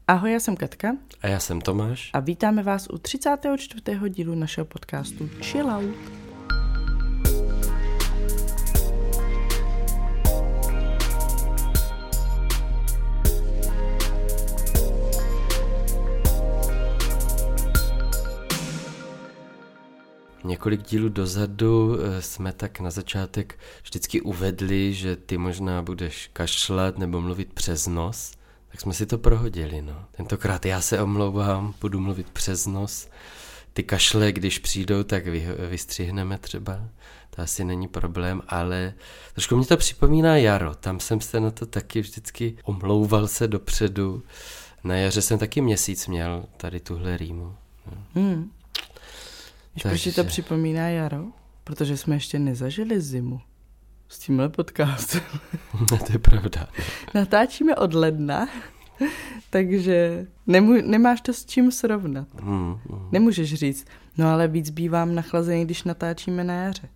Ahoj, já jsem Katka. A já jsem Tomáš. A vítáme vás u 34. dílu našeho podcastu Chill Out. Několik dílů dozadu jsme tak na začátek vždycky uvedli, že ty možná budeš kašlat nebo mluvit přes nos. Tak jsme si to prohodili, no. Tentokrát já se omlouvám, budu mluvit přes nos. Ty kašle, když přijdou, tak vystřihneme třeba. To asi není problém, ale trošku mě to připomíná jaro. Tam jsem se na to taky vždycky omlouval se dopředu. Na jaře jsem taky měsíc měl tady tuhle rýmu. Proč ti to připomíná jaro? Protože jsme ještě nezažili zimu s tímhle podcastem. To je pravda. Natáčíme od ledna, takže nemáš to s čím srovnat. Nemůžeš říct, no ale víc bývám nachlazený, když natáčíme na jaře.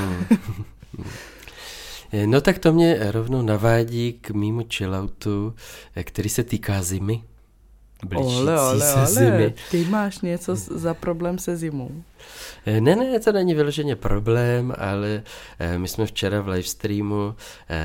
No tak to mě rovnou navádí k mýmu chilloutu, který se týká zimy. Ale, zimy. Ty máš něco za problém se zimou. Ne, to není vyloženě problém, ale my jsme včera v livestreamu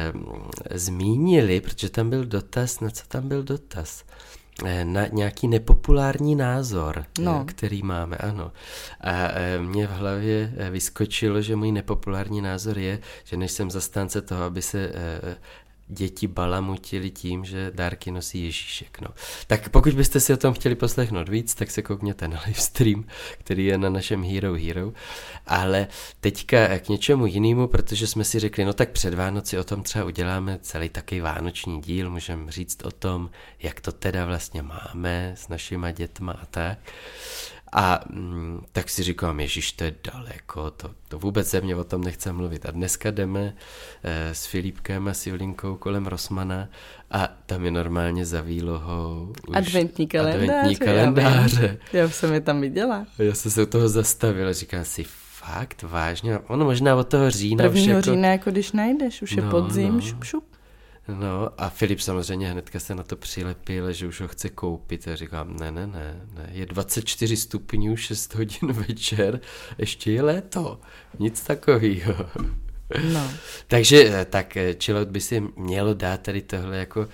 zmínili, protože tam byl dotaz, na co tam byl dotaz? Na nějaký nepopulární názor, který máme, ano. A mě v hlavě vyskočilo, že můj nepopulární názor je, že než jsem zastánce toho, aby se děti balamutili tím, že dárky nosí Ježíšek. No. Tak pokud byste si o tom chtěli poslechnout víc, tak se koukněte na livestream, který je na našem Hero. Ale teďka k něčemu jinému, protože jsme si řekli, no tak před Vánoci o tom třeba uděláme celý takový vánoční díl, můžeme říct o tom, jak to teda vlastně máme s našima dětma a tak. A tak si říkám, ježiš, to je daleko, to vůbec se mě o tom nechce mluvit. A dneska jdeme s Filipkem a s Julinkou kolem Rossmana a tam je normálně za výlohou už adventní kalendáře. Já už jsem je tam viděla. Já jsem se u toho zastavil a říkám si, fakt, vážně? Ono možná od toho října. 1. října, jako když najdeš, už je podzim, šup. No a Filip samozřejmě hnedka se na to přilepil, že už ho chce koupit a říkám, ne, je 24 stupňů, 6 hodin večer, ještě je léto, nic takového. No. Takže tak chillout by si mělo dát tady tohle jako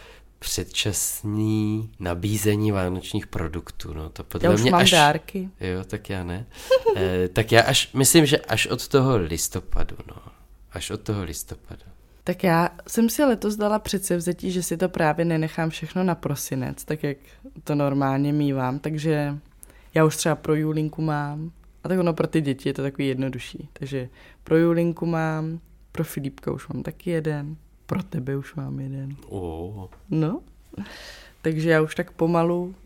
předčasný nabízení vánočních produktů. No, to podle já už mě mám dárky. Jo, tak já ne. Tak já myslím, že až od toho listopadu, no. Až od toho listopadu. Tak já jsem si letos dala předsevzetí, že si to právě nenechám všechno na prosinec, tak jak to normálně mívám, takže já už třeba pro Julinku mám, a tak ono pro ty děti je to takový jednodušší, takže pro Julinku mám, pro Filipka už mám taky jeden, pro tebe už mám jeden. No, takže já už tak pomalu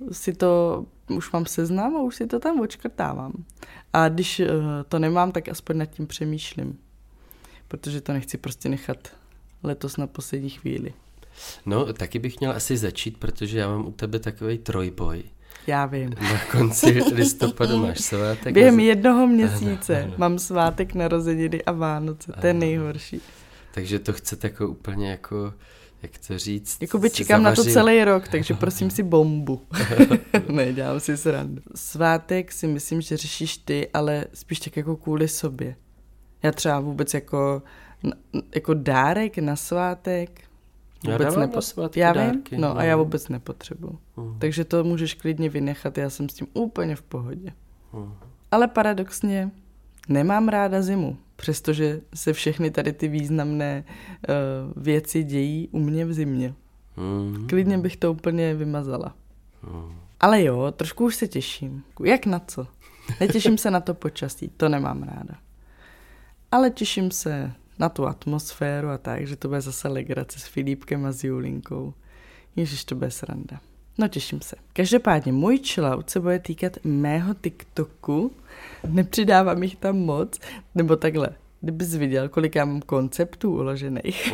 už mám seznam a už si to tam odškrtávám. A když to nemám, tak aspoň nad tím přemýšlím, protože to nechci prostě nechat letos na poslední chvíli. No, taky bych měl asi začít, protože já mám u tebe takovej trojboj. Já vím. Na konci listopadu máš svátek. Během jednoho měsíce mám svátek, narozeniny a Vánoce. To je nejhorší. Takže to chcete jako úplně jako, jak to říct? Jakoby čekám na to celý rok, takže prosím si bombu. Ne, dělám si srandu. Svátek si myslím, že řešíš ty, ale spíš tak jako kvůli sobě. Já třeba vůbec jako dárek na svátek vůbec já vím, a já vůbec nepotřebuji. Takže to můžeš klidně vynechat, já jsem s tím úplně v pohodě. Ale paradoxně nemám ráda zimu, přestože se všechny tady ty významné věci dějí u mě v zimě. Klidně bych to úplně vymazala. Ale jo, trošku už se těším. Jak na co? Netěším se na to počasí, to nemám ráda. Ale těším se na tu atmosféru a tak, že to bude zase legrace s Filipkem a s Julinkou. Ježiš, to bude sranda. No, těším se. Každopádně můj chillout se bude týkat mého TikToku. Nepřidávám jich tam moc, nebo takhle. Kdybys viděl, kolik já mám konceptů uložených.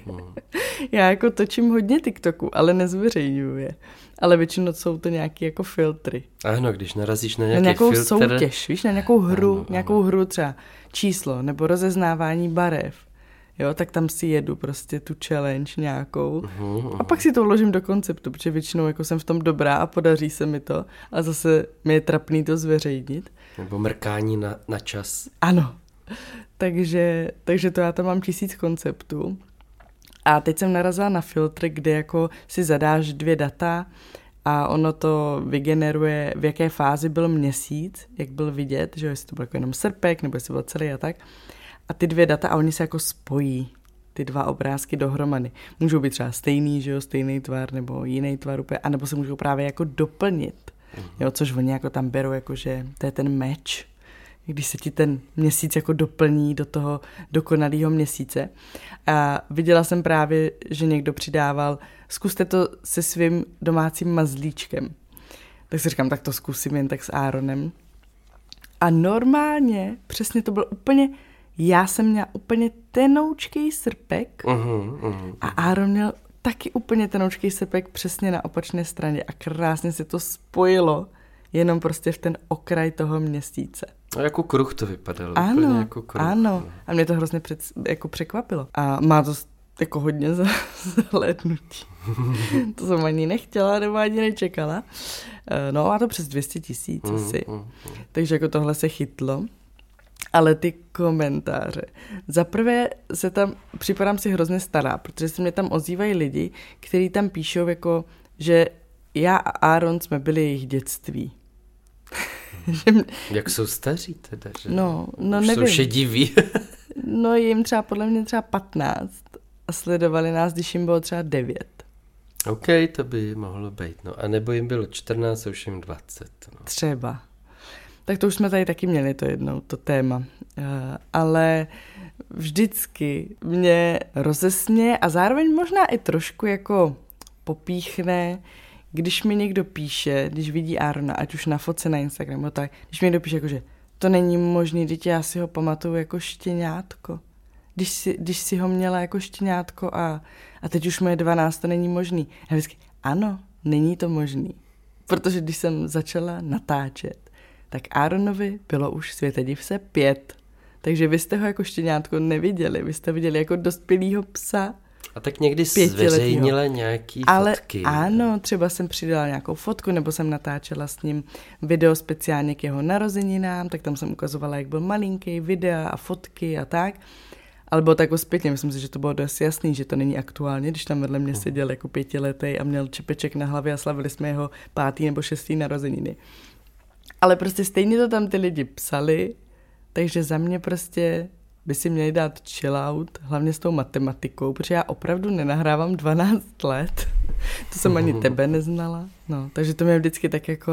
Já jako točím hodně TikToku, ale nezveřejňuju je. Ale většinou jsou to nějaké jako filtry. Ano, když narazíš na nějakou filtr... soutěž, víš, na nějakou hru, hru třeba číslo nebo rozeznávání barev. jo, tak tam si jedu prostě tu challenge nějakou a pak si to vložím do konceptu, protože většinou jako jsem v tom dobrá a podaří se mi to a zase mi je trapný to zveřejnit. Nebo mrkání na čas. Ano, takže to já tam mám 1000 konceptů a teď jsem narazila na filtr, kde jako si zadáš 2 data a ono to vygeneruje, v jaké fázi byl měsíc, jak byl vidět, že jestli to byl jako jenom srpek, nebo jestli byl celý a tak. A ty 2 data a oni se jako spojí, ty 2 obrázky dohromady. Můžou být třeba stejný, že jo, stejný tvar, nebo jiný tvar úplně, anebo se můžou právě jako doplnit, jo, což oni jako tam berou, jako že to je ten match, když se ti ten měsíc jako doplní do toho dokonalého měsíce. A viděla jsem právě, že někdo přidával, zkuste to se svým domácím mazlíčkem. Tak si říkám, tak to zkusím jen tak s Aaronem. A normálně, přesně to byl úplně, já jsem měla úplně tenoučkej srpek a Aaron měl taky úplně tenoučkej srpek přesně na opačné straně a krásně se to spojilo jenom prostě v ten okraj toho měsíce. A jako kruh to vypadalo. Ano, úplně jako kruh. Ano. A mě to hrozně jako překvapilo. A má to jako hodně zahlédnutí. To jsem ani nechtěla, nebo ani nečekala. No, má to přes 200 000 asi. Takže jako tohle se chytlo. Ale ty komentáře. Zaprvé se tam, připadám si hrozně stará, protože se mě tam ozývají lidi, kteří tam píšou jako, že já a Aaron jsme byli jejich dětství. Jak jsou staří teda, že? No už nevím. Jsou šediví. No jim třeba podle mě třeba 15 a sledovali nás, když jim bylo třeba 9. OK, to by mohlo být, no. A nebo jim bylo 14 a už jim 20. No. Třeba. Tak to už jsme tady taky měli to jednou, to téma. Ale vždycky mě rozesměje a zároveň možná i trošku jako popíchne, když mi někdo píše, když vidí Aarona, ať už na fotce na Instagramu, tak když mi někdo píše, jako, že to není možný, dítě, já si ho pamatuju jako štěňátko. Když si ho měla jako štěňátko a teď už mu je 12, to není možný. Já vždycky, ano, není to možný. Protože když jsem začala natáčet, tak Aaronovi bylo už světe div se 5. Takže vy jste ho jako štěňátko neviděli, vy jste viděli jako dospělýho psa. A tak někdy zveřejnila nějaký fotky. Ale ano, třeba jsem přidala nějakou fotku, nebo jsem natáčela s ním video speciálně k jeho narozeninám, tak tam jsem ukazovala, jak byl malinký, videa a fotky a tak. Ale bylo to jako zpětně, myslím si, že to bylo dost jasný, že to není aktuálně, když tam vedle mě seděl jako 5letý a měl čepeček na hlavě a slavili jsme jeho 5. nebo 6. narozeniny. Ale prostě stejně to tam ty lidi psali, takže za mě prostě by si měli dát chill out, hlavně s tou matematikou, protože já opravdu nenahrávám 12 let. To jsem ani tebe neznala. No, takže to mě vždycky tak jako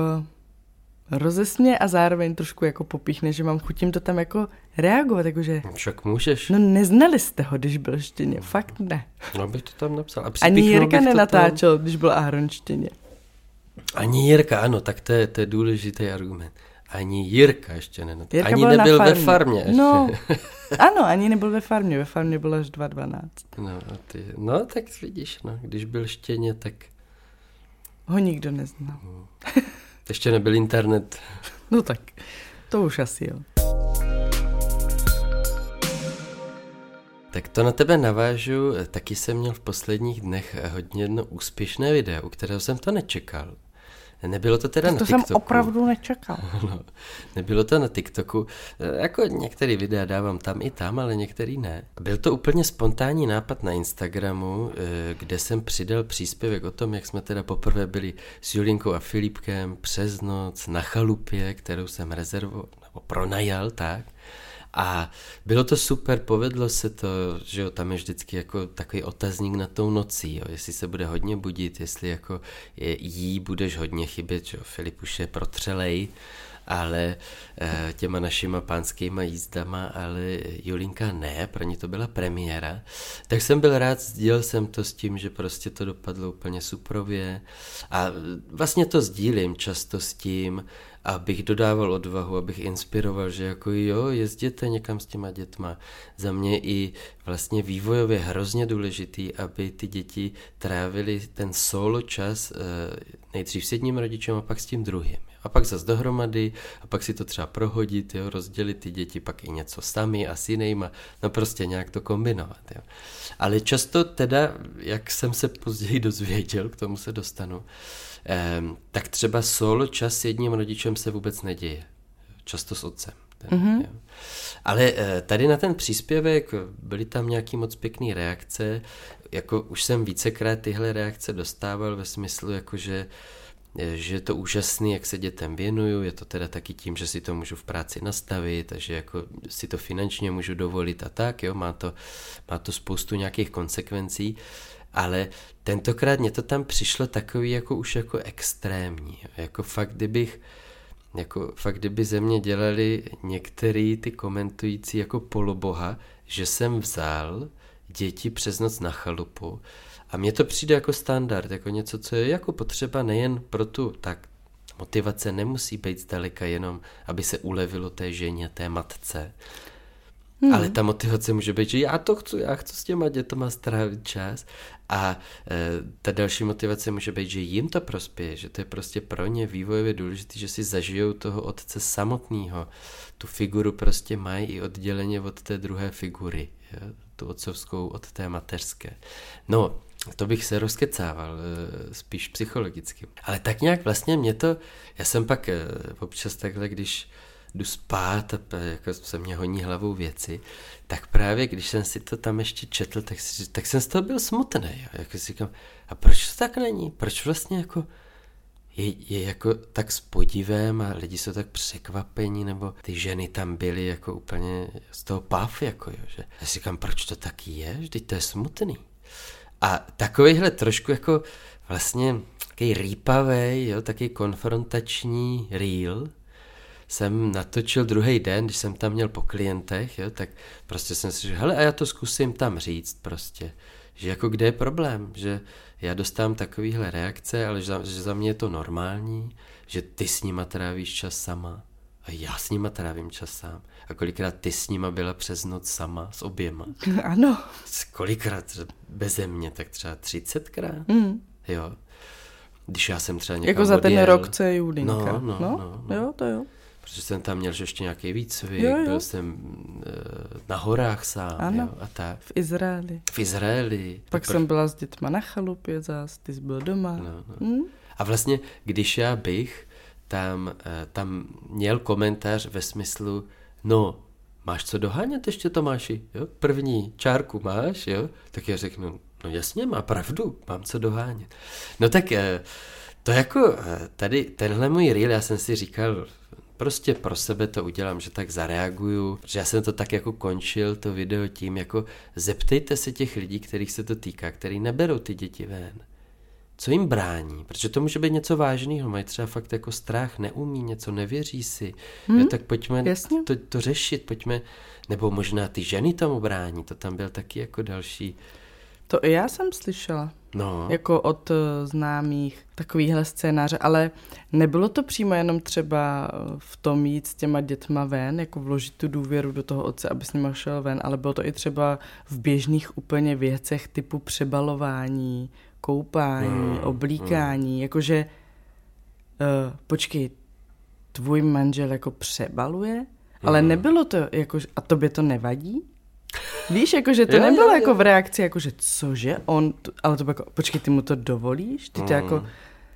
rozesmě a zároveň trošku jako popíchne, že mám chutím to tam jako reagovat, jakože... Však můžeš. No neznali jste ho, když byl štěně, fakt ne. No bych to tam napsal. Ani Jirka nenatáčel, když byl Aaron štěně. Ani Jirka, ano, tak to je důležitý argument. Ani Jirka ještě nenatáčel. Ani nebyl ve farmě ještě. No, ano, ani nebyl ve farmě byl až 2.12. No, tak vidíš, no, když byl štěně, tak... Ho nikdo neznal. Ještě nebyl internet. No tak, to už asi jo. Tak to na tebe navážu, taky jsem měl v posledních dnech hodně jedno úspěšné video, u kterého jsem to nečekal. Nebylo to teda na TikToku. To jsem opravdu nečekal. No, nebylo to na TikToku. Jako některé videa dávám tam i tam, ale některý ne. Byl to úplně spontánní nápad na Instagramu, kde jsem přidal příspěvek o tom, jak jsme teda poprvé byli s Julinkou a Filipkem přes noc na chalupě, kterou jsem rezervoval, nebo pronajal, tak. A bylo to super, povedlo se to, že jo, tam je vždycky jako takový otazník nad tou nocí, jo, jestli se bude hodně budit, jestli jako jí budeš hodně chybět, že jo, Filip už je protřelej, ale těma našima pánskýma jízdama, ale Julinka ne, pro ní to byla premiéra, tak jsem byl rád, sdílel jsem to s tím, že prostě to dopadlo úplně suprově a vlastně to sdílím často s tím, abych dodával odvahu, abych inspiroval, že jako jo, jezděte někam s těma dětma. Za mě i vlastně vývojově hrozně důležitý, aby ty děti trávili ten solo čas nejdřív s jedním rodičem a pak s tím druhým. A pak zase dohromady a pak si to třeba prohodit, jo, rozdělit ty děti, pak i něco sami a s jinýma, no prostě nějak to kombinovat. Jo. Ale často teda, jak jsem se později dozvěděl, k tomu se dostanu, tak třeba solo čas s jedním rodičem se vůbec neděje. Často s otcem. Jo. Ale tady na ten příspěvek byly tam nějaký moc pěkný reakce, jako už jsem vícekrát tyhle reakce dostával ve smyslu, jakože že je to úžasný, jak se dětem věnuju, je to teda taky tím, že si to můžu v práci nastavit a že jako si to finančně můžu dovolit a tak, jo, má to spoustu nějakých konsekvencí, ale tentokrát mě to tam přišlo takový jako už jako extrémní, jako fakt kdyby ze mě dělali některý ty komentující jako poloboha, že jsem vzal děti přes noc na chalupu. A mně to přijde jako standard, jako něco, co je jako potřeba nejen pro tu, tak motivace nemusí být zdaleka jenom, aby se ulevilo té ženě, té matce. Ale ta motivace může být, že já chci s těma dětma strávit čas. A ta další motivace může být, že jim to prospěje, že to je prostě pro ně vývojově důležité, že si zažijou toho otce samotného. Tu figuru prostě mají i odděleně od té druhé figury, jo? Tu otcovskou od té mateřské. No, to bych se rozkecával, spíš psychologicky. Ale tak nějak vlastně já jsem pak občas takhle, když jdu spát a jako se mě honí hlavou věci, tak právě když jsem si to tam ještě četl, tak jsem z toho byl smutný. Jako si říkám, a proč to tak není? Proč vlastně jako je jako tak s podivem a lidi jsou tak překvapení, nebo ty ženy tam byly jako úplně z toho pav, jako jo, že já si říkám, proč to taky je? Vždyť to je smutný. A takovýhle trošku jako vlastně takový rýpavej, jo, takový konfrontační reel jsem natočil druhý den, když jsem tam měl po klientech, jo, tak prostě jsem si říkal, hele, a já to zkusím tam říct prostě, že jako kde je problém, že já dostávám takovýhle reakce, ale že za mě je to normální, že ty s nima trávíš čas sama a já s nima trávím čas sám. A kolikrát ty s nima byla přes noc sama, s oběma. Ano. Kolikrát beze mě, tak třeba 30krát, jo. Když já jsem třeba někam jako za odjel. ten rok, co je Julinka. No. Jo, to jo. Protože jsem tam měl ještě nějaký výcvik, byl jsem na horách sám, ano, jo, a tak. V Izraeli. Pak jsem byla s dětma na chalupě zás, ty jsi byl doma. No. A vlastně, když já bych tam měl komentář ve smyslu, no, máš co dohánět ještě, Tomáši, jo? První čárku máš, jo? Tak já řeknu, no jasně, má pravdu, mám co dohánět. No tak to jako tady tenhle můj reel, já jsem si říkal, prostě pro sebe to udělám, že tak zareaguju, že já jsem to tak jako končil, to video tím, jako zeptejte se těch lidí, kterých se to týká, který neberou ty děti ven. Co jim brání? Protože to může být něco vážného, mají třeba fakt jako strach, neumí něco, nevěří si. Jo, tak pojďme to řešit, pojďme, nebo možná ty ženy tomu brání, to tam byl taky jako další. To i já jsem slyšela, jako od známých takovýhle scénáře, ale nebylo to přímo jenom třeba v tom jít s těma dětma ven, jako vložit tu důvěru do toho otce, aby s nima šel ven, ale bylo to i třeba v běžných úplně věcech typu přebalování, koupání, oblíkání, jakože počkej, tvůj manžel jako přebaluje, ale nebylo to jako, a tobě to nevadí? Víš, jakože to nebylo jako v reakci, jakože cože, ale to bylo jako, počkej, ty mu to dovolíš? Ty to jako,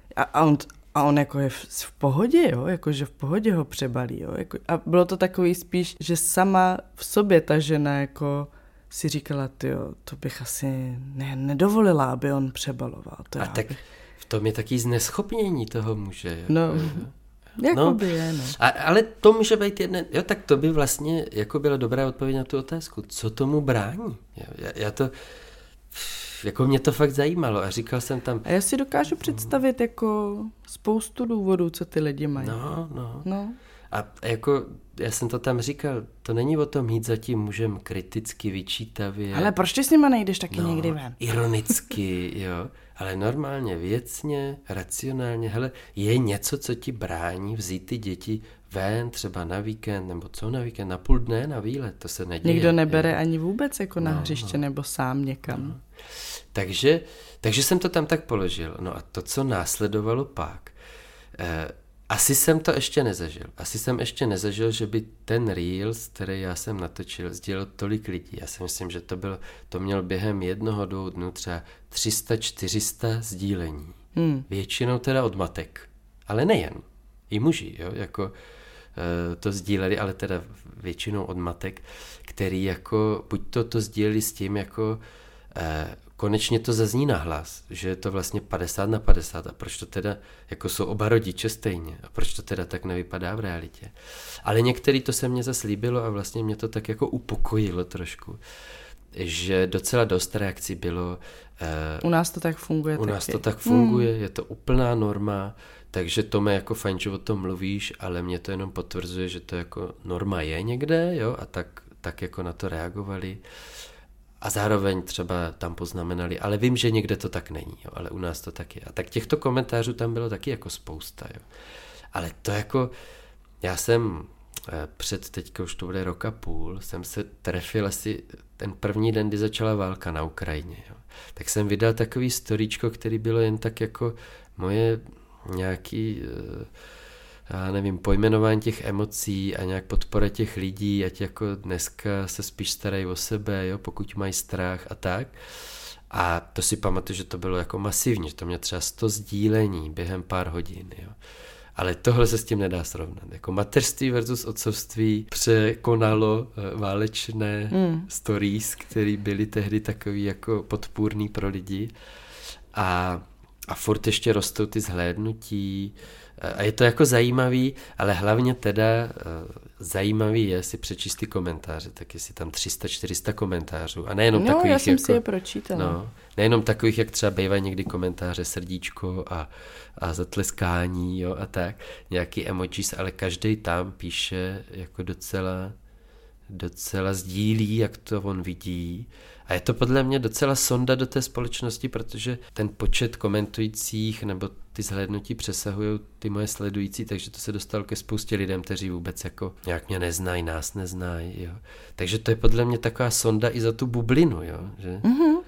a on jako je v pohodě, jo, jakože v pohodě ho přebalí, jo, jako, a bylo to takový spíš, že sama v sobě ta žena jako si říkala, tyjo, to bych asi nedovolila, aby on přebaloval. A tak v tom je taky zneschopnění toho muže. No, jakoby je, no. Ale to může být jo, tak to by vlastně jako byla dobrá odpověď na tu otázku. Co tomu brání? Já to, jako mě to fakt zajímalo a říkal jsem tam. A já si dokážu představit jako spoustu důvodů, co ty lidi mají. No. A jako já jsem to tam říkal, to není o tom jít za tím mužem kriticky, vyčítavě. Ale proč ty s nima nejdeš taky někdy ven? Ironicky, jo. ale normálně, věcně, racionálně, hele, je něco, co ti brání vzít ty děti ven, třeba na víkend, nebo co na víkend, na půl dne na výlet, to se neděje. Nikdo nebere ani vůbec jako na hřiště nebo sám někam. No. Takže jsem to tam tak položil. No a to, co následovalo pak, asi jsem to ještě nezažil. Asi jsem ještě nezažil, že by ten Reels, který já jsem natočil, sdílel tolik lidí. Já si myslím, že to měl během 1-2 dnů třeba 300-400 sdílení. Většinou teda od matek. Ale nejen. I muži, jo, jako to sdíleli, ale teda většinou od matek, který jako buď to sdíleli s tím, jako konečně to zazní nahlas, že je to vlastně 50/50 a proč to teda, jako jsou oba rodiče stejně a proč to teda tak nevypadá v realitě. Ale některý to se mně zase líbilo a vlastně mě to tak jako upokojilo trošku, že docela dost reakcí bylo. U nás to tak funguje. U nás to tak funguje, je to úplná norma, takže to mě jako fajn, že o tom mluvíš, ale mě to jenom potvrzuje, že to jako norma je někde, jo, a tak jako na to reagovali. A zároveň třeba tam poznamenali, ale vím, že někde to tak není, jo, ale u nás to tak je. A tak těchto komentářů tam bylo taky jako spousta, jo. Ale to jako, já jsem před teďka už to bude 1,5 roku, jsem se trefil asi ten první den, kdy začala válka na Ukrajině, jo. Tak jsem vydal takový storíčko, který bylo jen tak jako moje nějaký, já nevím, pojmenování těch emocí a nějak podpora těch lidí, ať jako dneska se spíš starají o sebe, jo, pokud mají strach a tak. A to si pamatuju, že to bylo jako masivní, že to mělo třeba 100 sdílení během pár hodin, jo. Ale tohle se s tím nedá srovnat. Jako mateřství versus otcovství překonalo válečné stories, které byly tehdy takový jako podpůrný pro lidi. A furt ještě rostou ty zhlédnutí. A je to jako zajímavý, ale hlavně teda zajímavý je si přečíst ty komentáře, tak jestli tam 300-400 komentářů. A nejenom takových, já jsem jako, si je pročítala. No, nejenom takových, jak třeba bývají někdy komentáře srdíčko a zatleskání, jo, a tak, nějaký emojis, ale každý tam píše jako docela sdílí, jak to on vidí. A je to podle mě docela sonda do té společnosti, protože ten počet komentujících nebo ty zhlédnutí přesahují ty moje sledující, takže to se dostalo ke spoustě lidem, kteří vůbec jako nějak mě neznají, nás neznají, jo. Takže to je podle mě taková sonda i za tu bublinu, jo, že? Mm-hmm.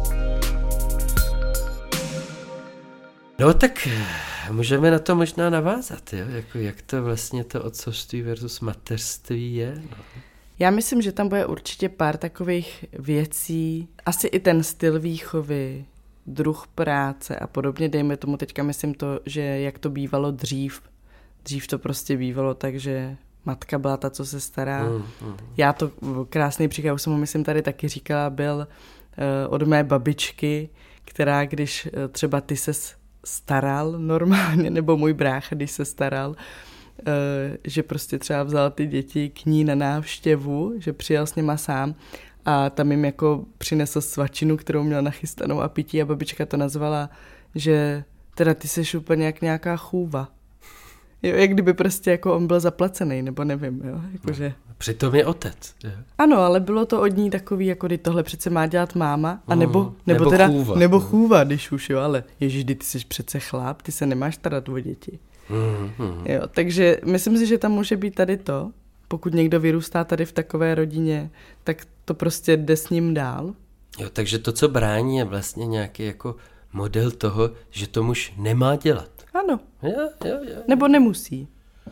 No tak můžeme na to možná navázat, jo, jako jak to vlastně to otcovství versus mateřství je, no. Já myslím, že tam bude určitě pár takových věcí, asi i ten styl výchovy, druh práce a podobně, dejme tomu teďka myslím to, že jak to bývalo dřív to prostě bývalo tak, že matka byla ta, co se stará. Já to krásný příklad, už jsem mu myslím tady taky říkala, byl od mé babičky, která když třeba ty ses staral normálně, nebo můj brácha, když se staral, že prostě třeba vzal ty děti k ní na návštěvu, že přijel s nima sám a tam jim jako přinesl svačinu, kterou měl nachystanou a pití a babička to nazvala, že teda ty seš úplně jak nějaká chůva. Jo, jak kdyby prostě jako on byl zaplacený, nebo nevím, jo, jakože. Přitom je otec. Je. Ano, ale bylo to od ní takový, jako kdy tohle přece má dělat máma, a nebo chůva. Nebo chůva, když už, jo, ale ježiš, ty jsi přece chlap, ty se nemáš starat o děti. Jo, takže myslím si, že tam může být tady to, pokud někdo vyrůstá tady v takové rodině, tak to prostě jde s ním dál. Jo, takže to, co brání, je vlastně nějaký jako model toho, že to muž nemá dělat. Ano. Jo. Nebo nemusí.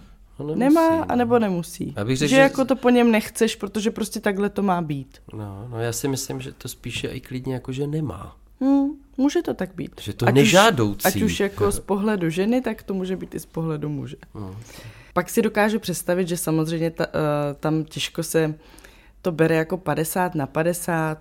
Nemá no. a nebo nemusí. Řekl, že jako to po něm nechceš, protože prostě takhle to má být. No, já si myslím, že to spíše i klidně jako, že nemá. Může to tak být. Že to nežádoucí. Ať už jako z pohledu ženy, tak to může být i z pohledu muže. Pak si dokážu představit, že samozřejmě tam těžko se to bere jako 50/50,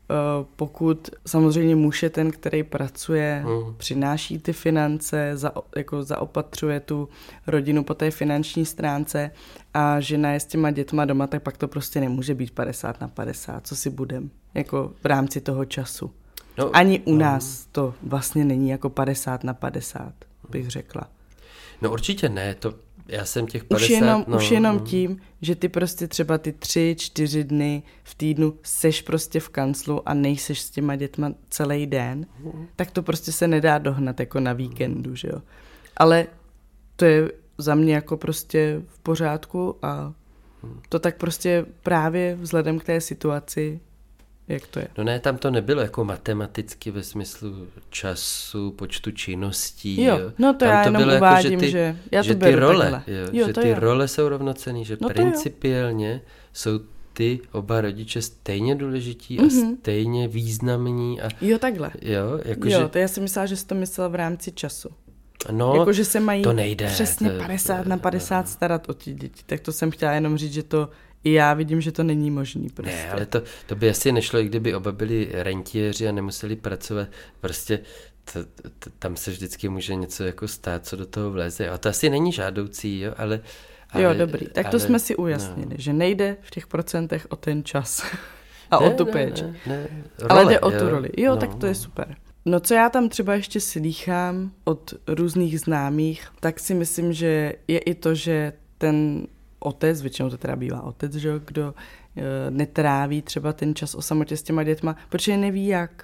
pokud samozřejmě muž je ten, který pracuje, přináší ty finance, jako zaopatřuje tu rodinu po té finanční stránce a žena je s těma dětma doma, tak pak to prostě nemůže být 50/50, co si budem, jako v rámci toho času. No, ani u nás to vlastně není jako 50/50, bych řekla. No určitě ne, to já jsem těch 50... Už jenom tím, že ty prostě třeba ty 3-4 dny v týdnu seš prostě v kanclu a nejseš s těma dětma celý den, tak to prostě se nedá dohnat jako na víkendu, že jo. Ale to je za mě jako prostě v pořádku a to tak prostě právě vzhledem k té situaci, jak to je. No ne, tam to nebylo jako matematicky ve smyslu času, počtu činností. Jo, no to tam já to jenom uvádím, jako, že já to beru ty role, jo, že ty role jsou rovnocenný, že principiálně jsou ty oba rodiče stejně důležití a stejně významní. Jo, takhle. Jo, to já si myslela, že jsi to myslel v rámci času. No, jako, že se mají to nejde, přesně 50/50 starat o ty děti. Tak to jsem chtěla jenom říct, že to i já vidím, že to není možný prostě. Ne, ale to by asi nešlo, i kdyby oba byli rentiéři a nemuseli pracovat. Prostě tam se vždycky může něco jako stát, co do toho vleze. A to asi není žádoucí, jo, ale jo, dobrý. Tak to jsme si ujasnili, že nejde v těch procentech o ten čas a o tu péči. Ne. Ale jde o tu roli. Jo, tak to je super. No co já tam třeba ještě slýchám od různých známých, tak si myslím, že je i to, že ten otec, většinou to teda bývá otec, že, kdo netráví třeba ten čas o samotě s těma dětma, protože neví jak.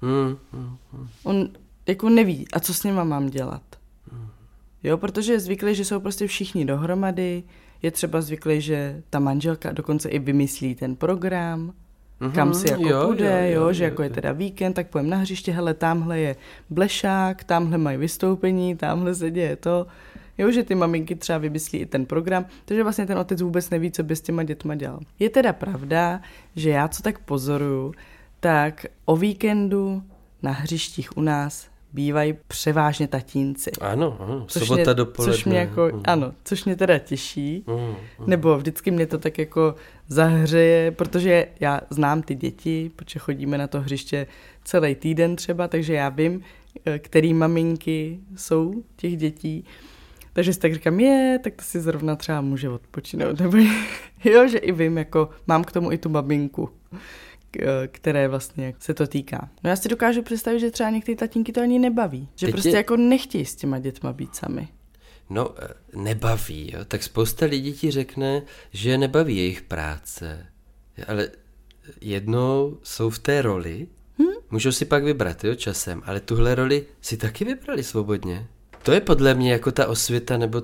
On jako neví, a co s nima mám dělat. Jo, protože je zvyklý, že jsou prostě všichni dohromady, je třeba zvyklý, že ta manželka dokonce i vymyslí ten program, kam si jako půjde, že jako je teda víkend, tak půjdeme na hřiště, hele, tamhle je blešák, tamhle mají vystoupení, tamhle se děje to. Jo, že ty maminky třeba vymyslí i ten program, takže vlastně ten otec vůbec neví, co by s těma dětma dělal. Je teda pravda, že já co tak pozoruju, tak o víkendu na hřištích u nás bývají převážně tatínci. Ano, sobota dopoledne. Což mě teda těší, nebo vždycky mě to tak jako zahřeje, protože já znám ty děti, protože chodíme na to hřiště celý týden třeba, takže já vím, který maminky jsou těch dětí. Takže si tak říkám, tak to si zrovna třeba může odpočinout, nebo jo, že i vím, jako mám k tomu i tu babinku, které vlastně se to týká. No já si dokážu představit, že třeba některé tatínky to ani nebaví, že prostě jako nechtějí s těma dětma být sami. No, nebaví, jo, tak spousta lidí ti řekne, že nebaví jejich práce, ale jednou jsou v té roli, můžou si pak vybrat, jo, časem, ale tuhle roli si taky vybrali svobodně. To je podle mě jako ta osvěta, nebo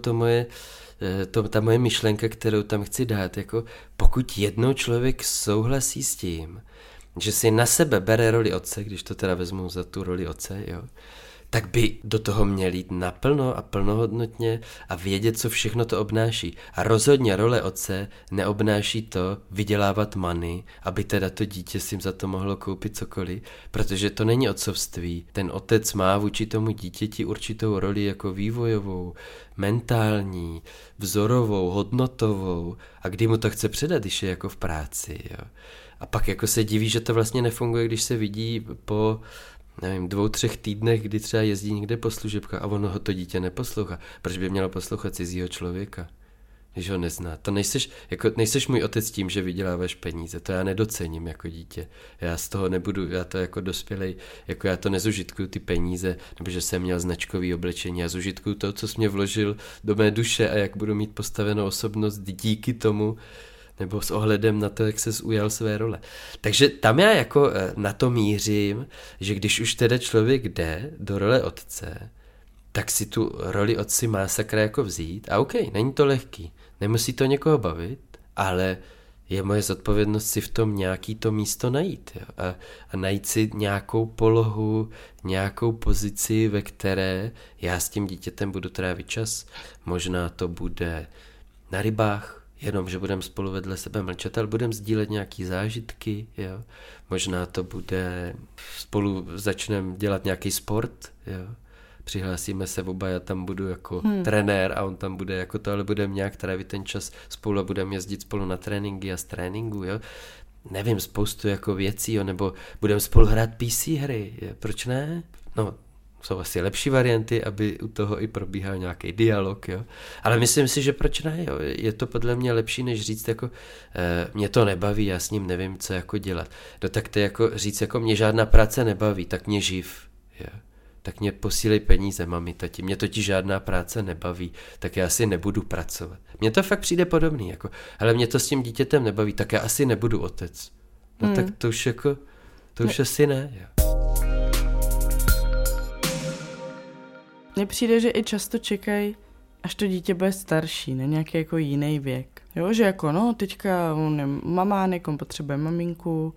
ta moje myšlenka, kterou tam chci dát. Jako pokud jednou člověk souhlasí s tím, že si na sebe bere roli otce, když to teda vezmu za tu roli otce, jo, tak by do toho měl jít naplno a plnohodnotně a vědět, co všechno to obnáší. A rozhodně role otce neobnáší to vydělávat money, aby teda to dítě si za to mohlo koupit cokoliv, protože to není otcovství. Ten otec má vůči tomu dítěti určitou roli jako vývojovou, mentální, vzorovou, hodnotovou a kdy mu to chce předat, když je jako v práci. Jo. A pak jako se diví, že to vlastně nefunguje, když se vidí po 2-3 týdnech, kdy třeba jezdí někde po služebkách a ono ho to dítě neposlouchá. Proč by mělo poslouchat cizího člověka, když ho nezná? To nejseš můj otec tím, že vyděláváš peníze, to já nedocením jako dítě. Já z toho nebudu, já to jako dospělej, jako já to nezužitkuju ty peníze, nebo že jsem měl značkový oblečení, já zužitkuju to, co jsi mě vložil do mé duše a jak budu mít postavenou osobnost díky tomu, nebo s ohledem na to, jak ses ujal své role. Takže tam já jako na to mířím, že když už teda člověk jde do role otce, tak si tu roli otci má sakra jako vzít a není to lehký, nemusí to někoho bavit, ale je moje zodpovědnost si v tom nějaký to místo najít. Jo? A najít si nějakou polohu, nějakou pozici, ve které já s tím dítětem budu trávit čas. Možná to bude na rybách, jenom, že budeme spolu vedle sebe mlčet, ale budeme sdílet nějaký zážitky, jo. Možná to bude, spolu začneme dělat nějaký sport, jo. Přihlásíme se oba, já tam budu jako trenér a on tam bude jako to, ale budeme nějak trávit ten čas spolu a budeme jezdit spolu na tréninky a z tréninku, jo. Nevím, spoustu jako věcí, jo, nebo budeme spolu hrát PC hry, jo. Proč ne? No, jsou asi lepší varianty, aby u toho i probíhal nějaký dialog, jo. Ale myslím si, že proč ne, jo. Je to podle mě lepší, než říct jako mě to nebaví, já s ním nevím, co jako dělat. No tak to jako říct jako mě žádná práce nebaví, tak mě živ, jo. tak mě posílej peníze, mami, tati, mě totiž žádná práce nebaví, tak já asi nebudu pracovat. Mně to fakt přijde podobný, jako, ale mě to s tím dítětem nebaví, tak já asi nebudu otec. No tak to už jako, to už asi ne. Jo. Mně přijde, že i často čekají, až to dítě bude starší, na nějaký jako jiný věk. Jo, že jako no, teďka on je mamánek, on potřebuje maminku,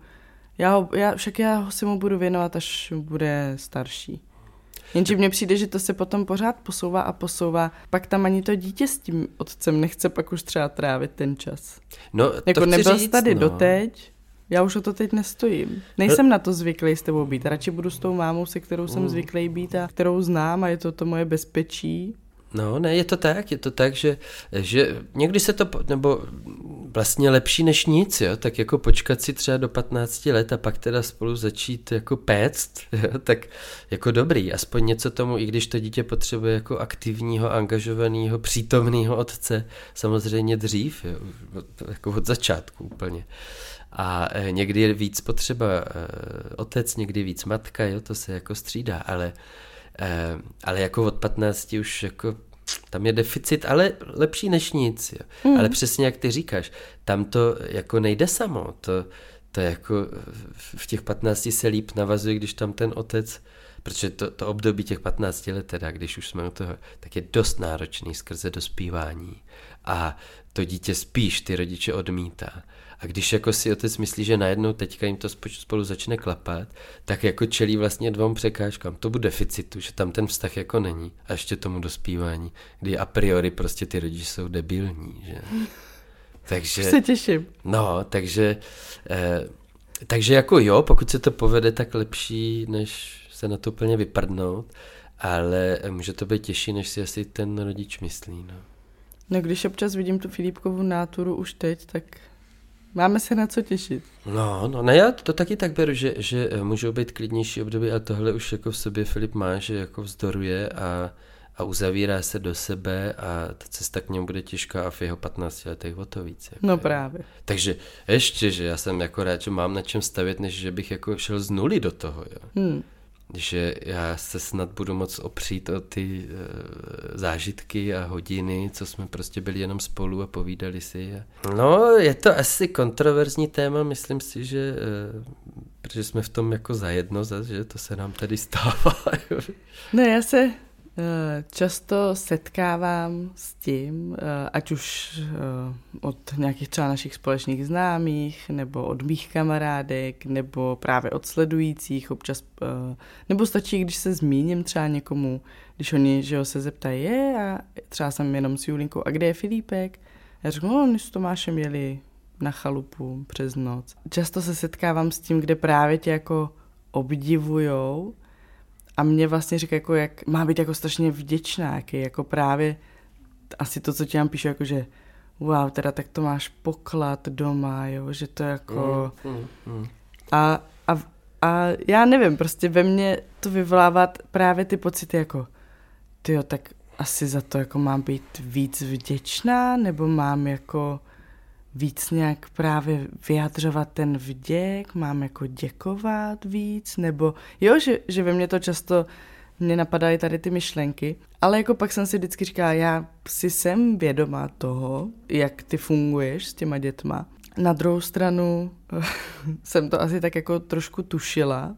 já si mu budu věnovat, až bude starší. Jenže mně přijde, že to se potom pořád posouvá, pak tam ani to dítě s tím otcem nechce pak už třeba trávit ten čas. No, jako nebyl jsi tady doteď, já už o to teď nestojím. Nejsem na to zvyklý s tebou být, radši budu s tou mámou, se kterou jsem zvyklý být a kterou znám a je to moje bezpečí. No, ne, je to tak, že někdy se to, nebo vlastně lepší než nic, jo, tak jako počkat si třeba do 15 let a pak teda spolu začít jako péct, jo, tak jako dobrý, aspoň něco tomu, i když to dítě potřebuje jako aktivního, angažovaného, přítomného otce, samozřejmě dřív, jo, jako od začátku úplně. A někdy je víc potřeba otec, někdy víc matka, jo, to se jako střídá, ale jako od 15 už jako tam je deficit, ale lepší než nic. Jo. Ale přesně jak ty říkáš, tam to jako nejde samo. To jako v těch 15 se líp navazuje, když tam ten otec, protože to období těch 15 let, teda, když už jsme u toho, tak je dost náročný skrze dospívání. A to dítě spíš ty rodiče odmítá. A když jako si otec myslí, že najednou teďka jim to spolu začne klapat, tak jako čelí vlastně 2 překážkám. Tomu deficitu, že tam ten vztah jako není. A ještě tomu dospívání, kdy a priori prostě ty rodiče jsou debilní, že? Takže se těším. No, takže jako jo, pokud se to povede, tak lepší, než se na to úplně vyprdnout, ale může to být těžší, než si asi ten rodič myslí, no. No, když občas vidím tu Filipkovu náturu už teď, tak máme se na co těšit. No, já to taky tak beru, že můžou být klidnější období, ale tohle už jako v sobě Filip má, že jako vzdoruje a uzavírá se do sebe a ta cesta k němu bude těžká a v jeho 15 letech o to víc. Jako no právě. Takže ještě, že já jsem jako rád, že mám na čem stavět, než že bych jako šel z nuly do toho, jo. Že já se snad budu moc opřít o ty zážitky a hodiny, co jsme prostě byli jenom spolu a povídali si. No, je to asi kontroverzní téma, myslím si, že protože jsme v tom jako zajedno, že to se nám tady stává. No, já se často setkávám s tím, ať už od nějakých třeba našich společných známých, nebo od mých kamarádek, nebo právě od sledujících občas, nebo stačí, když se zmíním třeba někomu, když oni, že ho, se zeptají, a třeba jsem jenom s Julinkou, a kde je Filipek? Já řeknu, no, oni s Tomášem jeli na chalupu přes noc. Často se setkávám s tím, kde právě tě jako obdivujou, a mě vlastně říká, jako jak má být jako strašně vděčná, jaký jako právě asi to, co ti nám píšu, jako že wow, teda tak to máš poklad doma, jo, že to jako a já nevím, prostě ve mně to vyvolávat právě ty pocity jako tyjo, tak asi za to jako mám být víc vděčná, nebo mám jako víc nějak právě vyjadřovat ten vděk, mám jako děkovat víc, nebo jo, že ve mně to často mě napadají tady ty myšlenky, ale jako pak jsem si vždycky říkala, já si jsem vědomá toho, jak ty funguješ s těma dětma. Na druhou stranu jsem to asi tak jako trošku tušila,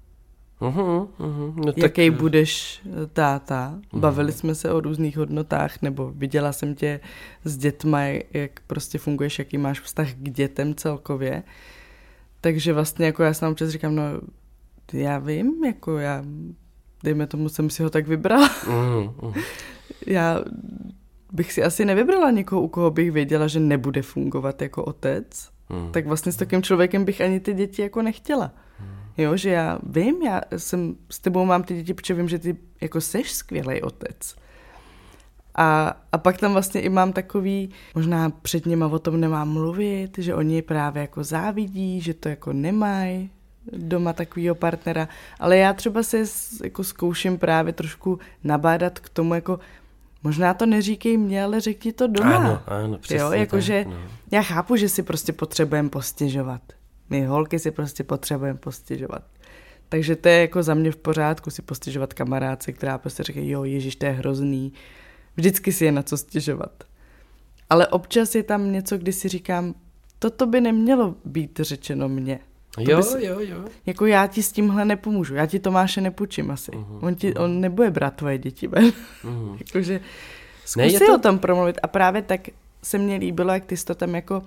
No jaký budeš táta. Bavili jsme se o různých hodnotách, nebo viděla jsem tě s dětma, jak prostě funguješ, jaký máš vztah k dětem celkově. Takže vlastně jako já jsem občas říkám, no já vím, jako já, dejme tomu, jsem si ho tak vybrala. Já bych si asi nevybrala někoho, u koho bych věděla, že nebude fungovat jako otec. Tak vlastně s takovým člověkem bych ani ty děti jako nechtěla. Jo, že já vím, já jsem s tebou mám ty děti, protože vím, že ty jako seš skvělej otec. A pak tam vlastně i mám takový, možná před nima o tom nemám mluvit, že oni právě jako závidí, že to jako nemají doma takovýho partnera, ale já třeba se jako zkouším právě trošku nabádat k tomu, jako možná to neříkej mě, ale řekni to doma. Ano, přesně. Jo, jakože já chápu, že si prostě potřebujeme postěžovat. My holky si prostě potřebujeme postěžovat. Takže to je jako za mě v pořádku si postěžovat kamarádce, která prostě řekne, jo, ježiš, to je hrozný. Vždycky si je na co stěžovat. Ale občas je tam něco, kdy si říkám, toto by nemělo být řečeno mně. Jo. Jako já ti s tímhle nepomůžu, já ti Tomáše nepůjčím asi. On nebude brát tvoje děti. Jakože zkus o tom promluvit. A právě tak se mně líbilo, jak ty jsi to tam jako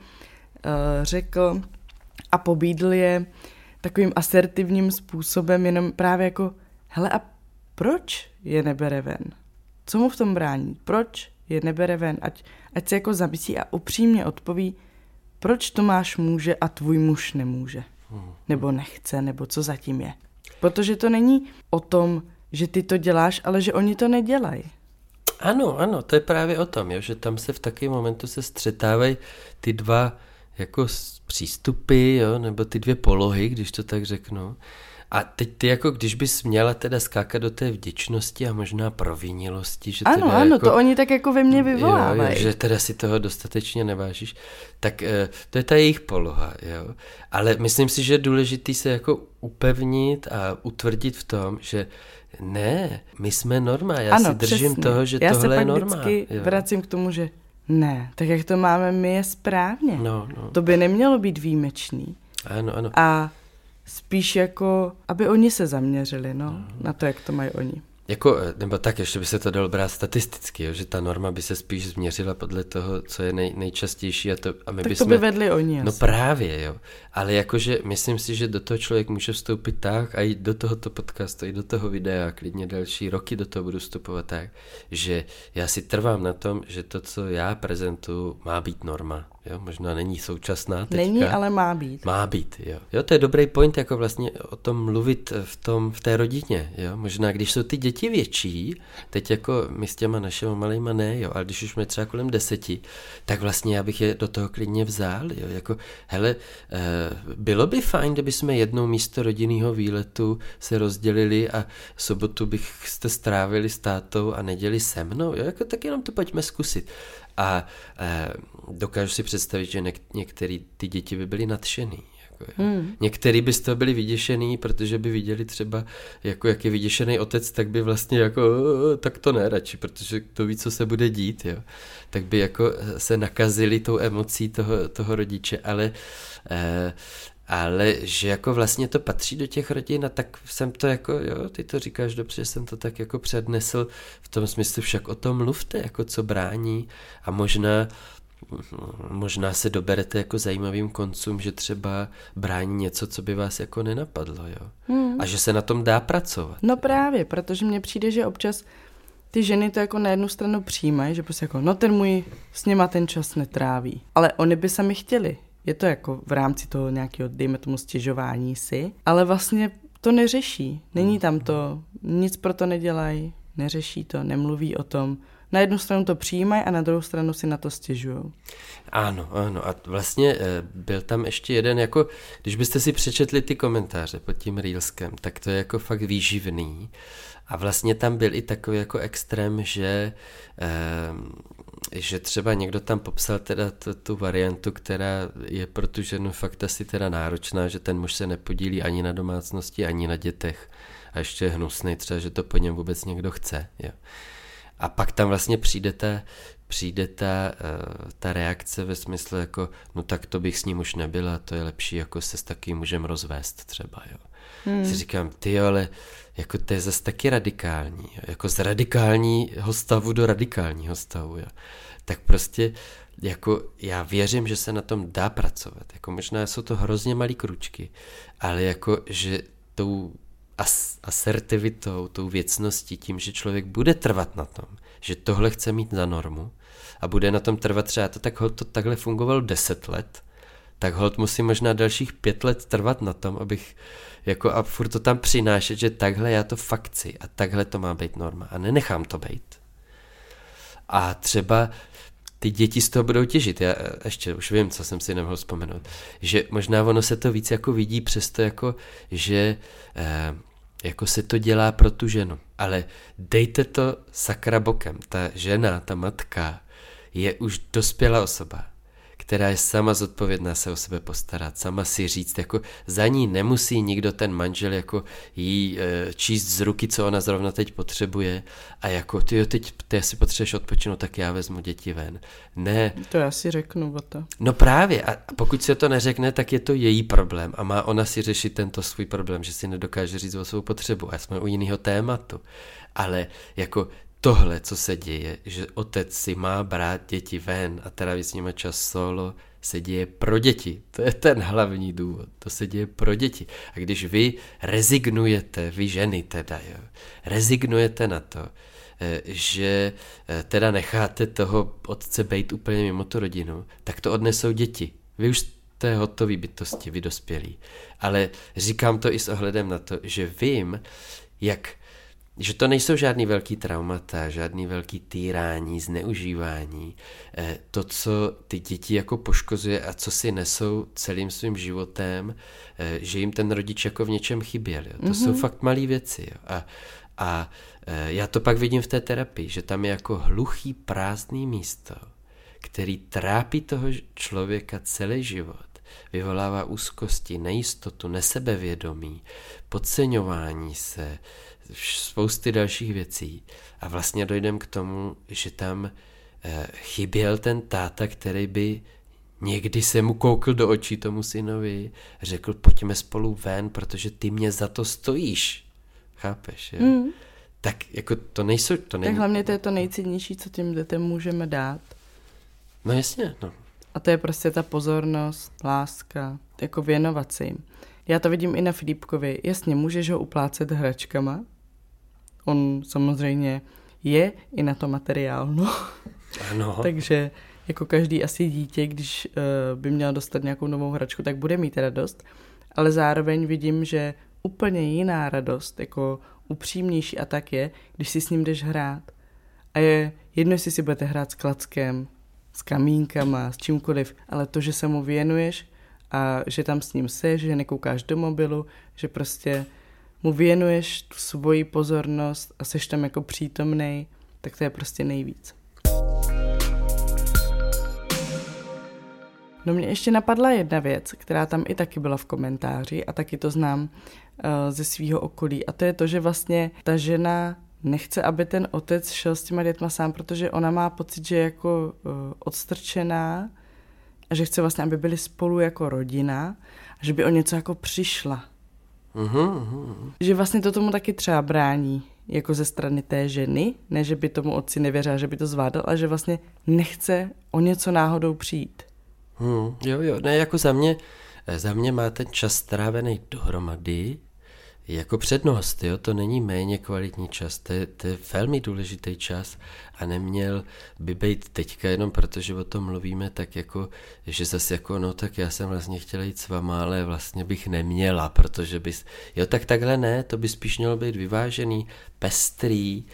řekl a pobídl je takovým asertivním způsobem, jenom právě jako, hele, a proč je nebere ven? Co mu v tom brání? Proč je nebere ven? Ať se jako zamyslí a upřímně odpoví, proč Tomáš může a tvůj muž nemůže. Nebo nechce, nebo co zatím je. Protože to není o tom, že ty to děláš, ale že oni to nedělají. Ano, to je právě o tom, jo, že tam se v takovém momentu se střetávají ty dva jako přístupy, jo, nebo ty dvě polohy, když to tak řeknu. A teď ty jako, když bys měla teda skákat do té vděčnosti a možná provinilivosti, že teda ano, jako, to oni tak jako ve mně vyvolávají. Jo, že teda si toho dostatečně nevážíš, tak to je ta jejich poloha, jo. Ale myslím si, že je důležitý se jako upevnit a utvrdit v tom, že ne, my jsme norma, já si držím přesně. toho, že tohle je norma. Já se pak vždycky vracím k tomu, že ne, tak jak to máme my je správně. No. To by nemělo být výjimečný. Ano. A spíš jako, aby oni se zaměřili, na to, jak to mají oni. Jako, nebo tak, ještě by se to dalo brát statisticky, jo, že ta norma by se spíš změřila podle toho, co je nejčastější a my tak bychom... to by vedli oni asi. No právě, jo. Ale jakože myslím si, že do toho člověk může vstoupit tak a i do tohoto podcastu, i do toho videa, klidně další roky do toho budu vstupovat tak, že já si trvám na tom, že to, co já prezentuju, má být norma. Jo, možná není současná teďka. Není, ale má být. Má být, jo. Jo, to je dobrý point, jako vlastně o tom mluvit v té rodině, jo. Možná, když jsou ty děti větší, teď jako my s těma našimi malejma ne, jo, ale když už jsme třeba kolem 10, tak vlastně já bych je do toho klidně vzal, jo. Jako, hele, bylo by fajn, kdyby jsme jednou místo rodinného výletu se rozdělili a sobotu byste strávili s tátou a neděli se mnou, jo, jako tak jenom to pojďme zkusit. A dokážu si představit, že některé ty děti by byly nadšený. Některý by z toho byli vyděšený, protože by viděli třeba, jako jak je vyděšený otec, tak by vlastně jako, tak to ne radši, protože to ví, co se bude dít, jo. Tak by jako se nakazili tou emocí toho rodiče, ale že jako vlastně to patří do těch rodin a tak jsem to jako, jo, ty to říkáš dobře, jsem to tak jako přednesl v tom smyslu, však o tom mluvte, jako co brání a možná se doberete jako zajímavým koncům, že třeba brání něco, co by vás jako nenapadlo, jo. A že se na tom dá pracovat. No právě, protože mně přijde, že občas ty ženy to jako na jednu stranu přijímají, že prostě jako, no ten můj s něma ten čas netráví. Ale oni by sami chtěli. Je to jako v rámci toho nějakého, dejme tomu, stěžování si, ale vlastně to neřeší. Není tam to, nic pro to nedělají, neřeší to, nemluví o tom. Na jednu stranu to přijímají a na druhou stranu si na to stěžujou. Ano. A vlastně byl tam ještě jeden, jako, když byste si přečetli ty komentáře pod tím reelskem, tak to je jako fakt výživný. A vlastně tam byl i takový jako extrém, že třeba někdo tam popsal teda tu variantu, která je pro tu ženu fakt asi teda náročná, že ten muž se nepodílí ani na domácnosti, ani na dětech. A ještě je hnusnej třeba, že to po něm vůbec někdo chce. Jo. A pak tam vlastně přijde ta reakce ve smyslu jako, no tak to bych s ním už nebyla, to je lepší jako se s takým mužem rozvést třeba, jo. Si říkám, ale jako to je zase taky radikální, jo. Jako z radikálního stavu do radikálního stavu, jo. Tak prostě jako já věřím, že se na tom dá pracovat, jako možná jsou to hrozně malý kručky, ale jako, že tou asertivitou, tou věcností, tím, že člověk bude trvat na tom, že tohle chce mít za normu a bude na tom trvat třeba, to takhle fungovalo 10 let, tak holt musím možná dalších 5 let trvat na tom, abych jako a furt to tam přinášet, že takhle já to fakt chci a takhle to má být norma a nenechám to být. A třeba ty děti z toho budou těžit. Já ještě už vím, co jsem si nemohl vzpomenout. Že možná ono se to víc jako vidí přesto, jako, že jako se to dělá pro tu ženu. Ale dejte to sakra bokem. Ta žena, ta matka je už dospělá osoba, která je sama zodpovědná se o sebe postarat, sama si říct, jako za ní nemusí nikdo ten manžel jako jí číst z ruky, co ona zrovna teď potřebuje a jako teď ty si potřebuješ odpočinout, tak já vezmu děti ven. Ne. To já si řeknu o to. No právě a pokud se to neřekne, tak je to její problém a má ona si řešit tento svůj problém, že si nedokáže říct o svou potřebu a jsme u jiného tématu. Ale jako tohle, co se děje, že otec si má brát děti ven a trávit s nimi čas solo, se děje pro děti. To je ten hlavní důvod. To se děje pro děti. A když vy rezignujete, vy ženy teda, jo, rezignujete na to, že teda necháte toho otce bejt úplně mimo tu rodinu, tak to odnesou děti. Vy už jste hotový bytosti, vy dospělí. Ale říkám to i s ohledem na to, že vím, že to nejsou žádný velký traumata, žádný velký týrání, zneužívání. To, co ty děti jako poškozuje a co si nesou celým svým životem, že jim ten rodič jako v něčem chyběl. Jo. To jsou fakt malé věci. Jo. A já to pak vidím v té terapii, že tam je jako hluchý, prázdný místo, který trápí toho člověka celý život. Vyvolává úzkosti, nejistotu, nesebevědomí, podceňování se, spousty dalších věcí. A vlastně dojdem k tomu, že tam chyběl ten táta, který by někdy se mu koukl do očí tomu synovi, řekl, pojďme spolu ven, protože ty mě za to stojíš. Chápeš, jo? Tak jako to nejsou... Tak hlavně to je to nejcennější, co těm dětem můžeme dát. No jasně, no. A to je prostě ta pozornost, láska, jako věnovat se jim. Já to vidím i na Filipkovi. Jasně, můžeš ho uplácet hračkama. On samozřejmě je i na to materiálno. Ano. Takže jako každý asi dítě, když by měl dostat nějakou novou hračku, tak bude mít radost. Ale zároveň vidím, že úplně jiná radost, jako upřímnější a tak je, když si s ním jdeš hrát. A je jedno, jestli si budete hrát s klackem, s kamínkama, s čímkoliv, ale to, že se mu věnuješ a že tam s ním seš, že nekoukáš do mobilu, že prostě mu věnuješ tu svoji pozornost a seš tam jako přítomnej, tak to je prostě nejvíc. No mě ještě napadla jedna věc, která tam i taky byla v komentáři a taky to znám ze svýho okolí a to je to, že vlastně ta žena nechce, aby ten otec šel s těma dětma sám, protože ona má pocit, že je jako odstrčená a že chce vlastně, aby byli spolu jako rodina a že by o něco jako přišla. Že vlastně to tomu taky třeba brání, jako ze strany té ženy, ne, že by tomu otci nevěřila, že by to zvládal, ale že vlastně nechce o něco náhodou přijít. Jo, ne, jako za mě má ten čas strávený dohromady jako přednost, jo, to není méně kvalitní čas, to je velmi důležitý čas a neměl by být teďka jenom protože o tom mluvíme, tak jako, že zase jako, no tak já jsem vlastně chtěla jít s váma, ale vlastně bych neměla, protože bys, jo, tak takhle ne, to by spíš mělo být vyvážený, pestrý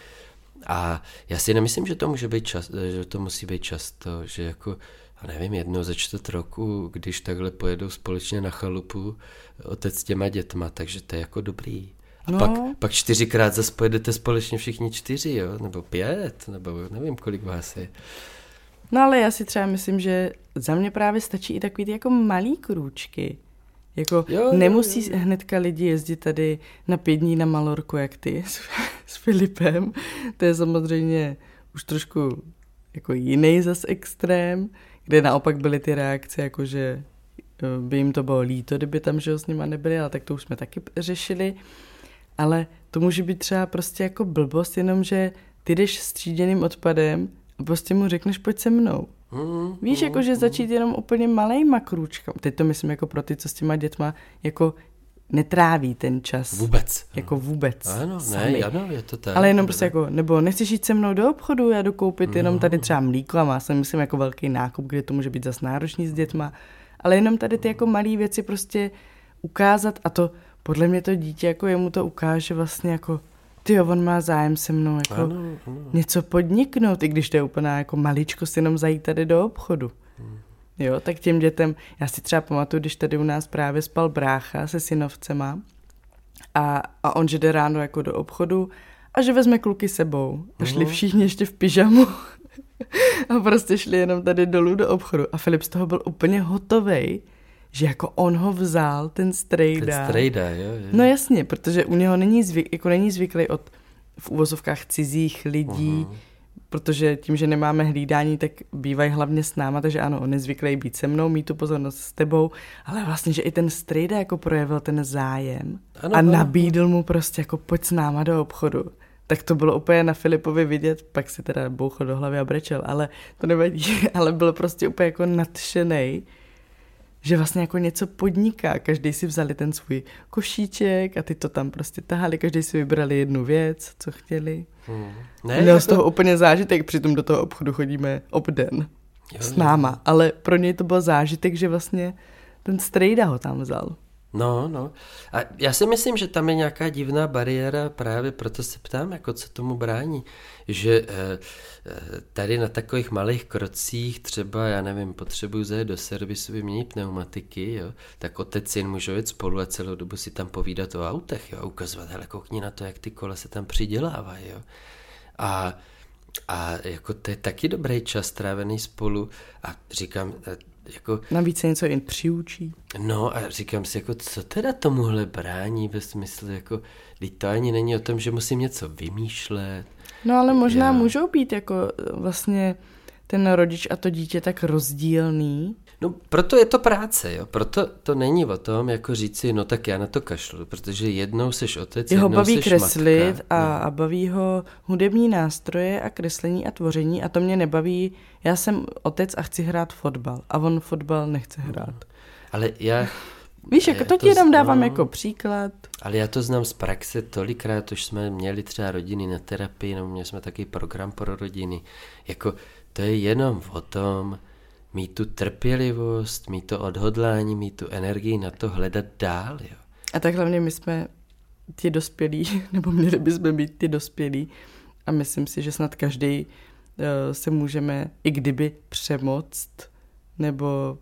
a já si nemyslím, že to může být že to musí být často, že jako a nevím, jednou za 4 roku, když takhle pojedou společně na chalupu otec s těma dětma, takže to je jako dobrý. A pak 4krát zase pojedete společně všichni 4, jo? Nebo 5, nebo nevím, kolik vás je. No ale já si třeba myslím, že za mě právě stačí i takový ty jako malý krůčky. Jako nemusí hnedka lidi jezdit tady na 5 dní na Malorku, jak ty s Filipem. To je samozřejmě už trošku jako jiný zas extrém, kde naopak byly ty reakce, jako že by jim to bylo líto, kdyby tam že s nima nebyli, ale tak to už jsme taky řešili. Ale to může být třeba prostě jako blbost, jenom že ty jdeš s tříděným odpadem a prostě mu řekneš, pojď se mnou. Víš, jako že začít jenom úplně malejma krůčkama. Teď to myslím jako pro ty, co s těma dětma jako netráví ten čas. Vůbec. Jako vůbec. Ano, je to tak. Ale jenom prostě jako, nebo nechceš jít se mnou do obchodu, já jdu koupit jenom tady třeba mlíko a má se myslím jako velký nákup, kde to může být zas náročný s dětma. Ale jenom tady ty jako malý věci prostě ukázat a to podle mě to dítě jako jemu to ukáže vlastně jako tyjo, on má zájem se mnou jako něco podniknout, i když to je úplně jako maličkost jenom zajít tady do obchodu. Jo, tak těm dětem, já si třeba pamatuju, když tady u nás právě spal brácha se synovcema a on že jde ráno jako do obchodu a že vezme kluky sebou. A šli všichni ještě v pyžamu A prostě šli jenom tady dolů do obchodu a Filip z toho byl úplně hotovej, že jako on ho vzal, ten strejda. Ten strejda, jo. No jasně, protože u něho není zvyklý od v uvozovkách cizích lidí, protože tím, že nemáme hlídání, tak bývají hlavně s náma, takže ano, on je zvyklý být se mnou, mít tu pozornost s tebou, ale vlastně, že i ten strejda jako projevil ten zájem a nabídl mu prostě jako pojď s náma do obchodu. Tak to bylo úplně na Filipovi vidět, pak si teda bouchl do hlavy a brečel, ale to nevadí, ale byl prostě úplně jako nadšenej, že vlastně jako něco podniká. Každý si vzali ten svůj košíček a ty to tam prostě tahali, každý si vybrali jednu věc, co chtěli. Měl z toho úplně zážitek, přitom do toho obchodu chodíme obden s náma, ale pro něj to byl zážitek, že vlastně ten strejda ho tam vzal. No. A já si myslím, že tam je nějaká divná bariéra, právě proto se ptám, jako co tomu brání, že tady na takových malých krocích třeba, já nevím, potřebuju zajet do servisu, vyměnit pneumatiky, jo, tak otec syn můžou jet spolu a celou dobu si tam povídat o autech, jo, ukazovat, hele, koukni na to, jak ty kola se tam přidělávají, jo. A jako to je taky dobrý čas strávený spolu a říkám, jako... Navíc se něco jen přiučí. No a říkám si, jako co teda tomuhle brání ve smyslu, jako, to ani není o tom, že musím něco vymýšlet. No ale možná můžou být jako vlastně ten rodič a to dítě tak rozdílný. No proto je to práce, jo, proto to není o tom, jako říct si, no tak já na to kašlu, protože jednou seš otec, jeho jednou seš matka. Jeho baví kreslit a baví ho hudební nástroje a kreslení a tvoření a to mě nebaví, já jsem otec a chci hrát fotbal a on fotbal nechce hrát. Ale já... Víš, jako to ti jenom dávám jako příklad. Ale já to znám z praxe tolikrát, už jsme měli třeba rodiny na terapii, no měli jsme taky program pro rodiny, jako to je jenom o tom, mít tu trpělivost, mít to odhodlání, mít tu energii na to hledat dál, jo. A tak hlavně my jsme ti dospělí, nebo měli bychom být ti dospělí a myslím si, že snad každý se můžeme i kdyby přemoct nebo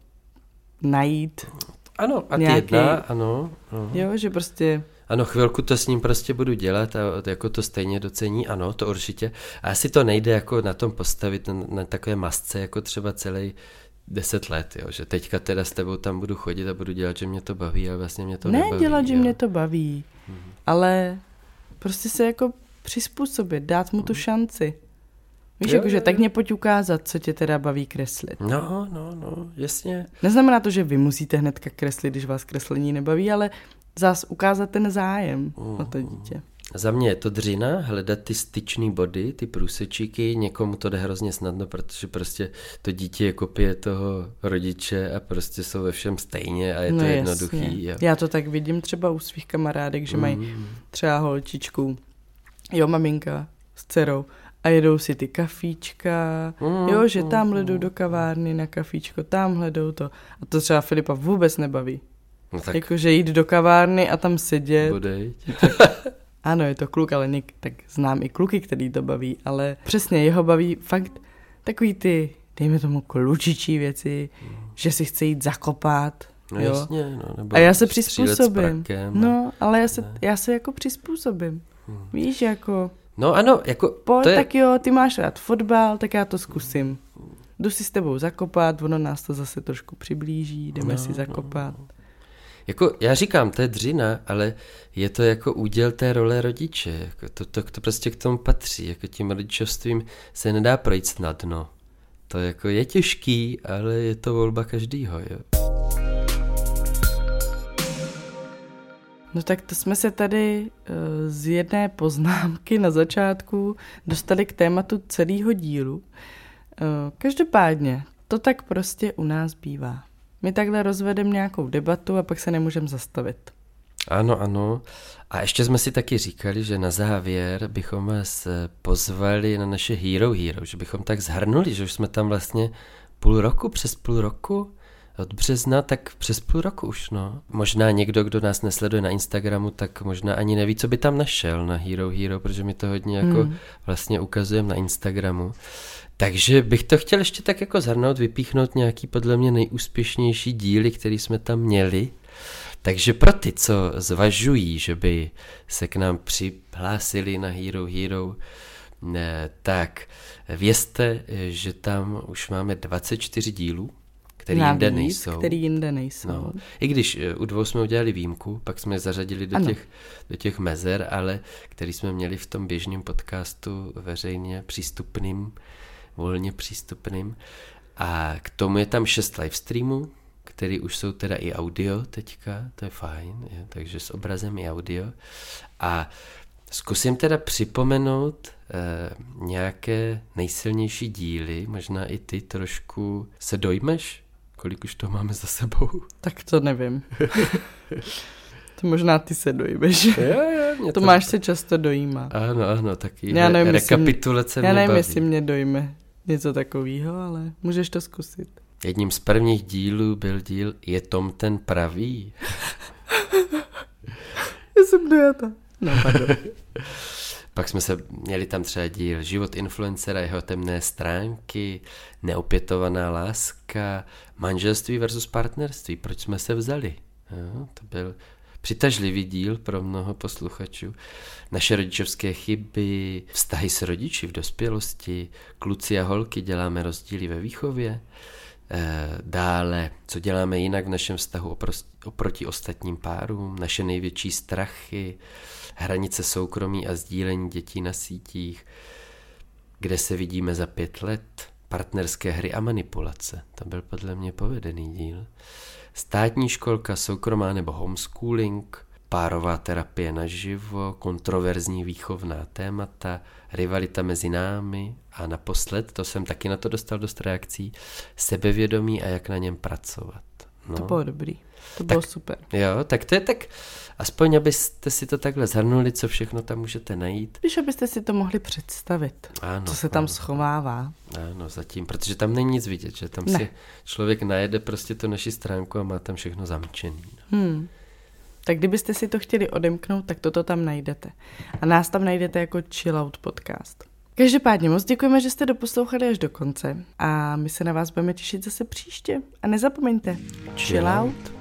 najít. Ano, a nějaký, ano. Jo, že prostě... Ano, chvilku to s ním prostě budu dělat a jako to stejně docení, ano, to určitě. A asi to nejde jako na tom postavit na takové masce, jako třeba celý 10 let, jo, že teďka teda s tebou tam budu chodit a budu dělat, že mě to baví, ale vlastně mě to nebaví. Ne dělat, že mě to baví, ale prostě se jako přizpůsobit, dát mu tu šanci. Víš, jakože tak mě pojď ukázat, co tě teda baví kreslit. No, jasně. Neznamená to, že vy musíte hnedka kreslit, když vás kreslení nebaví, ale zás ukázat ten zájem na to dítě. Za mě je to dřina, hledat ty styčný body, ty průsečíky, někomu to jde hrozně snadno, protože prostě to dítě je kopie toho rodiče a prostě jsou ve všem stejně a je to jednoduchý. Jo. Já to tak vidím třeba u svých kamarádek, že mají třeba holčičku, jo, maminka s dcerou a jedou si ty kafíčka, jo, že tamhle jdou do kavárny na kafíčko, tamhle jdou to. A to třeba Filipa vůbec nebaví. No tak... Jakože jít do kavárny a tam sedět. Ano, je to kluk, ale tak znám i kluky, který to baví, ale přesně jeho baví fakt takový ty, dejme tomu klučičí věci, že si chce jít zakopat. No jo? Jasně, no, nebo a já se přizpůsobím. No, ale já se jako přizpůsobím. Víš, jako... No ano, jako... Tak jo, ty máš rád fotbal, tak já to zkusím. Jdu si s tebou zakopat, ono nás to zase trošku přiblíží, jdeme si zakopat. Jako já říkám, to je dřina, ale je to jako úděl té role rodiče. Jako to prostě k tomu patří. Jako tím rodičovstvím se nedá projít snadno. To jako je těžký, ale je to volba každýho. Jo. No tak to jsme se tady z jedné poznámky na začátku dostali k tématu celého dílu. Každopádně, to tak prostě u nás bývá. My takhle rozvedeme nějakou debatu a pak se nemůžeme zastavit. Ano. A ještě jsme si taky říkali, že na závěr bychom vás pozvali na naše Hero, že bychom tak zhrnuli, že už jsme tam vlastně přes půl roku, od března, tak přes půl roku už, no. Možná někdo, kdo nás nesleduje na Instagramu, tak možná ani neví, co by tam našel na Hero, protože my to hodně jako vlastně ukazujeme na Instagramu. Takže bych to chtěl ještě tak jako zhrnout, vypíchnout nějaký podle mě nejúspěšnější díly, který jsme tam měli. Takže pro ty, co zvažují, že by se k nám přihlásili na Hero, tak vězte, že tam už máme 24 dílů, který jinde nejsou. No. I když u 2 jsme udělali výjimku, pak jsme je zařadili do těch mezer, ale který jsme měli v tom běžném podcastu veřejně přístupným, volně přístupným. A k tomu je tam 6 live streamů, který už jsou teda i audio teďka, to je fajn, takže s obrazem i audio. A zkusím teda připomenout nějaké nejsilnější díly, možná i ty trošku se dojmeš, kolik už to máme za sebou. Tak to nevím. To možná ty se dojmeš. Jo, Tomáš se často dojímá. Ano, taky rekapitulace mě baví. Já nevím, jestli mě dojme něco takového, ale můžeš to zkusit. Jedním z prvních dílů byl díl Je Tom ten pravý? Já jsem dojata. No, pardon. Pak jsme měli tam třeba díl Život influencera, jeho temné stránky, Neopětovaná láska, Manželství versus partnerství, proč jsme se vzali. Jo, to byl přitažlivý díl pro mnoho posluchačů. Naše rodičovské chyby, vztahy s rodiči v dospělosti, kluci a holky, děláme rozdíly ve výchově. Dále, co děláme jinak v našem vztahu oproti ostatním párům, naše největší strachy, hranice soukromí a sdílení dětí na sítích, kde se vidíme za 5 let, partnerské hry a manipulace. To byl podle mě povedený díl. Státní školka, soukromá nebo homeschooling, párová terapie naživo, kontroverzní výchovná témata, rivalita mezi námi a naposled, to jsem taky na to dostal dost reakcí, sebevědomí a jak na něm pracovat. No. To bylo dobrý, to bylo super. Jo, tak to je tak, aspoň abyste si to takhle shrnuli, co všechno tam můžete najít. Víš, abyste si to mohli představit, co se tam schovává. Ano, zatím, protože tam není nic vidět, že tam si člověk najede prostě tu naši stránku a má tam všechno zamčený. No. Tak kdybyste si to chtěli odemknout, tak toto tam najdete. A nás tam najdete jako Chill Out podcast. Každopádně moc děkujeme, že jste doposlouchali až do konce a my se na vás budeme těšit zase příště. A nezapomeňte, Chill Out.